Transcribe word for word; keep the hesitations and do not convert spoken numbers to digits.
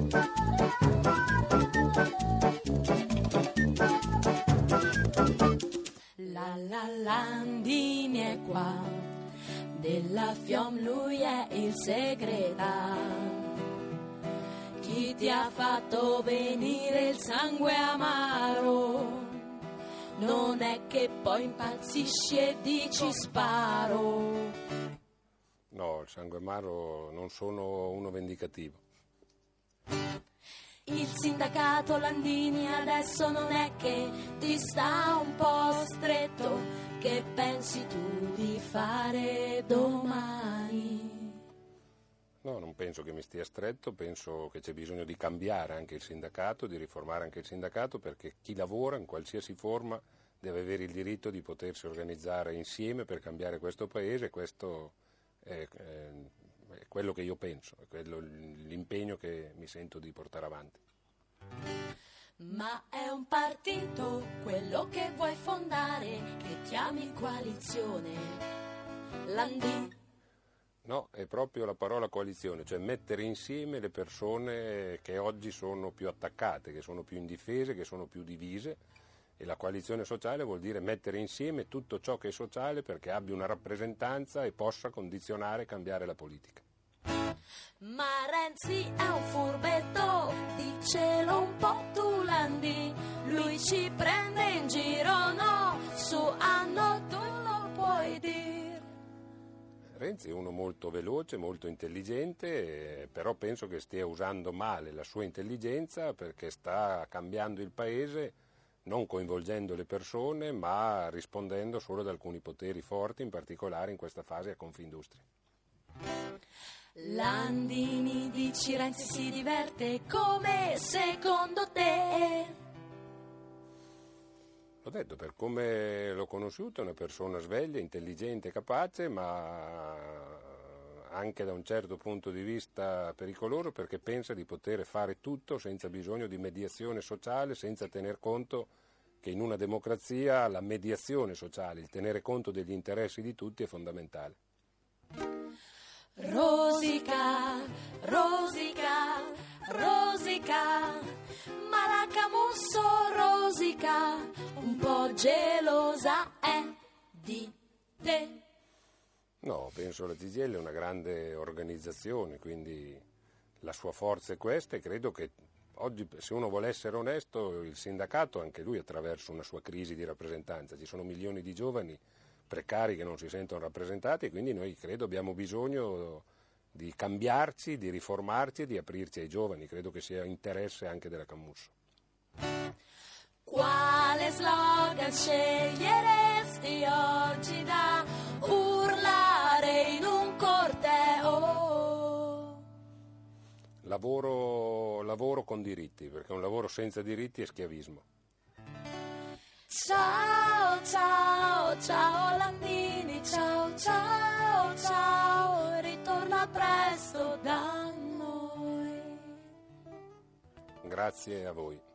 La la Landini è qua, della Fiom lui è il segretario. Chi ti ha fatto venire il sangue amaro? Non è che poi impazzisci e dici sparo. No, il sangue amaro non sono uno vendicativo. Il sindacato Landini adesso non è che ti sta un po' stretto. Che pensi tu di fare domani? No, non penso che mi stia stretto, penso che c'è bisogno di cambiare anche il sindacato, di riformare anche il sindacato, perché chi lavora in qualsiasi forma deve avere il diritto di potersi organizzare insieme per cambiare questo paese, e questo è, è, è quello che io penso, è quello l'impegno che mi sento di portare avanti. Ma è un partito quello che vuoi fondare, che chiami coalizione Landini? No, è proprio la parola coalizione, cioè mettere insieme le persone che oggi sono più attaccate, che sono più indifese, che sono più divise, e la coalizione sociale vuol dire mettere insieme tutto ciò che è sociale perché abbia una rappresentanza e possa condizionare e cambiare la politica. Ma Renzi è un furbetto, dicelo un po' tu Landi, lui ci prende in giro, no, su anno tu lo puoi dire. Renzi è uno molto veloce, molto intelligente, però penso che stia usando male la sua intelligenza perché sta cambiando il paese, non coinvolgendo le persone, ma rispondendo solo ad alcuni poteri forti, in particolare in questa fase a Confindustria. Landini, dici Renzi si diverte come secondo te? L'ho detto, per come l'ho conosciuto, è una persona sveglia, intelligente, capace, ma anche da un certo punto di vista pericoloso perché pensa di poter fare tutto senza bisogno di mediazione sociale, senza tener conto che in una democrazia la mediazione sociale, il tenere conto degli interessi di tutti è fondamentale. Rosica, rosica, rosica, ma la Camusso rosica, un po' gelosa è di te. No, penso la C G I L è una grande organizzazione, quindi la sua forza è questa e credo che oggi, se uno vuole essere onesto, il sindacato, anche lui attraverso una sua crisi di rappresentanza, ci sono milioni di giovani precari che non si sentono rappresentati e quindi noi credo abbiamo bisogno di cambiarci, di riformarci e di aprirci ai giovani, credo che sia interesse anche della Camusso. Quale slogan sceglieresti oggi da urlare in un corteo? Lavoro, lavoro con diritti, perché un lavoro senza diritti è schiavismo. Ciao, ciao, ciao Landini, ciao, ciao, ciao, ritorna presto da noi. Grazie a voi.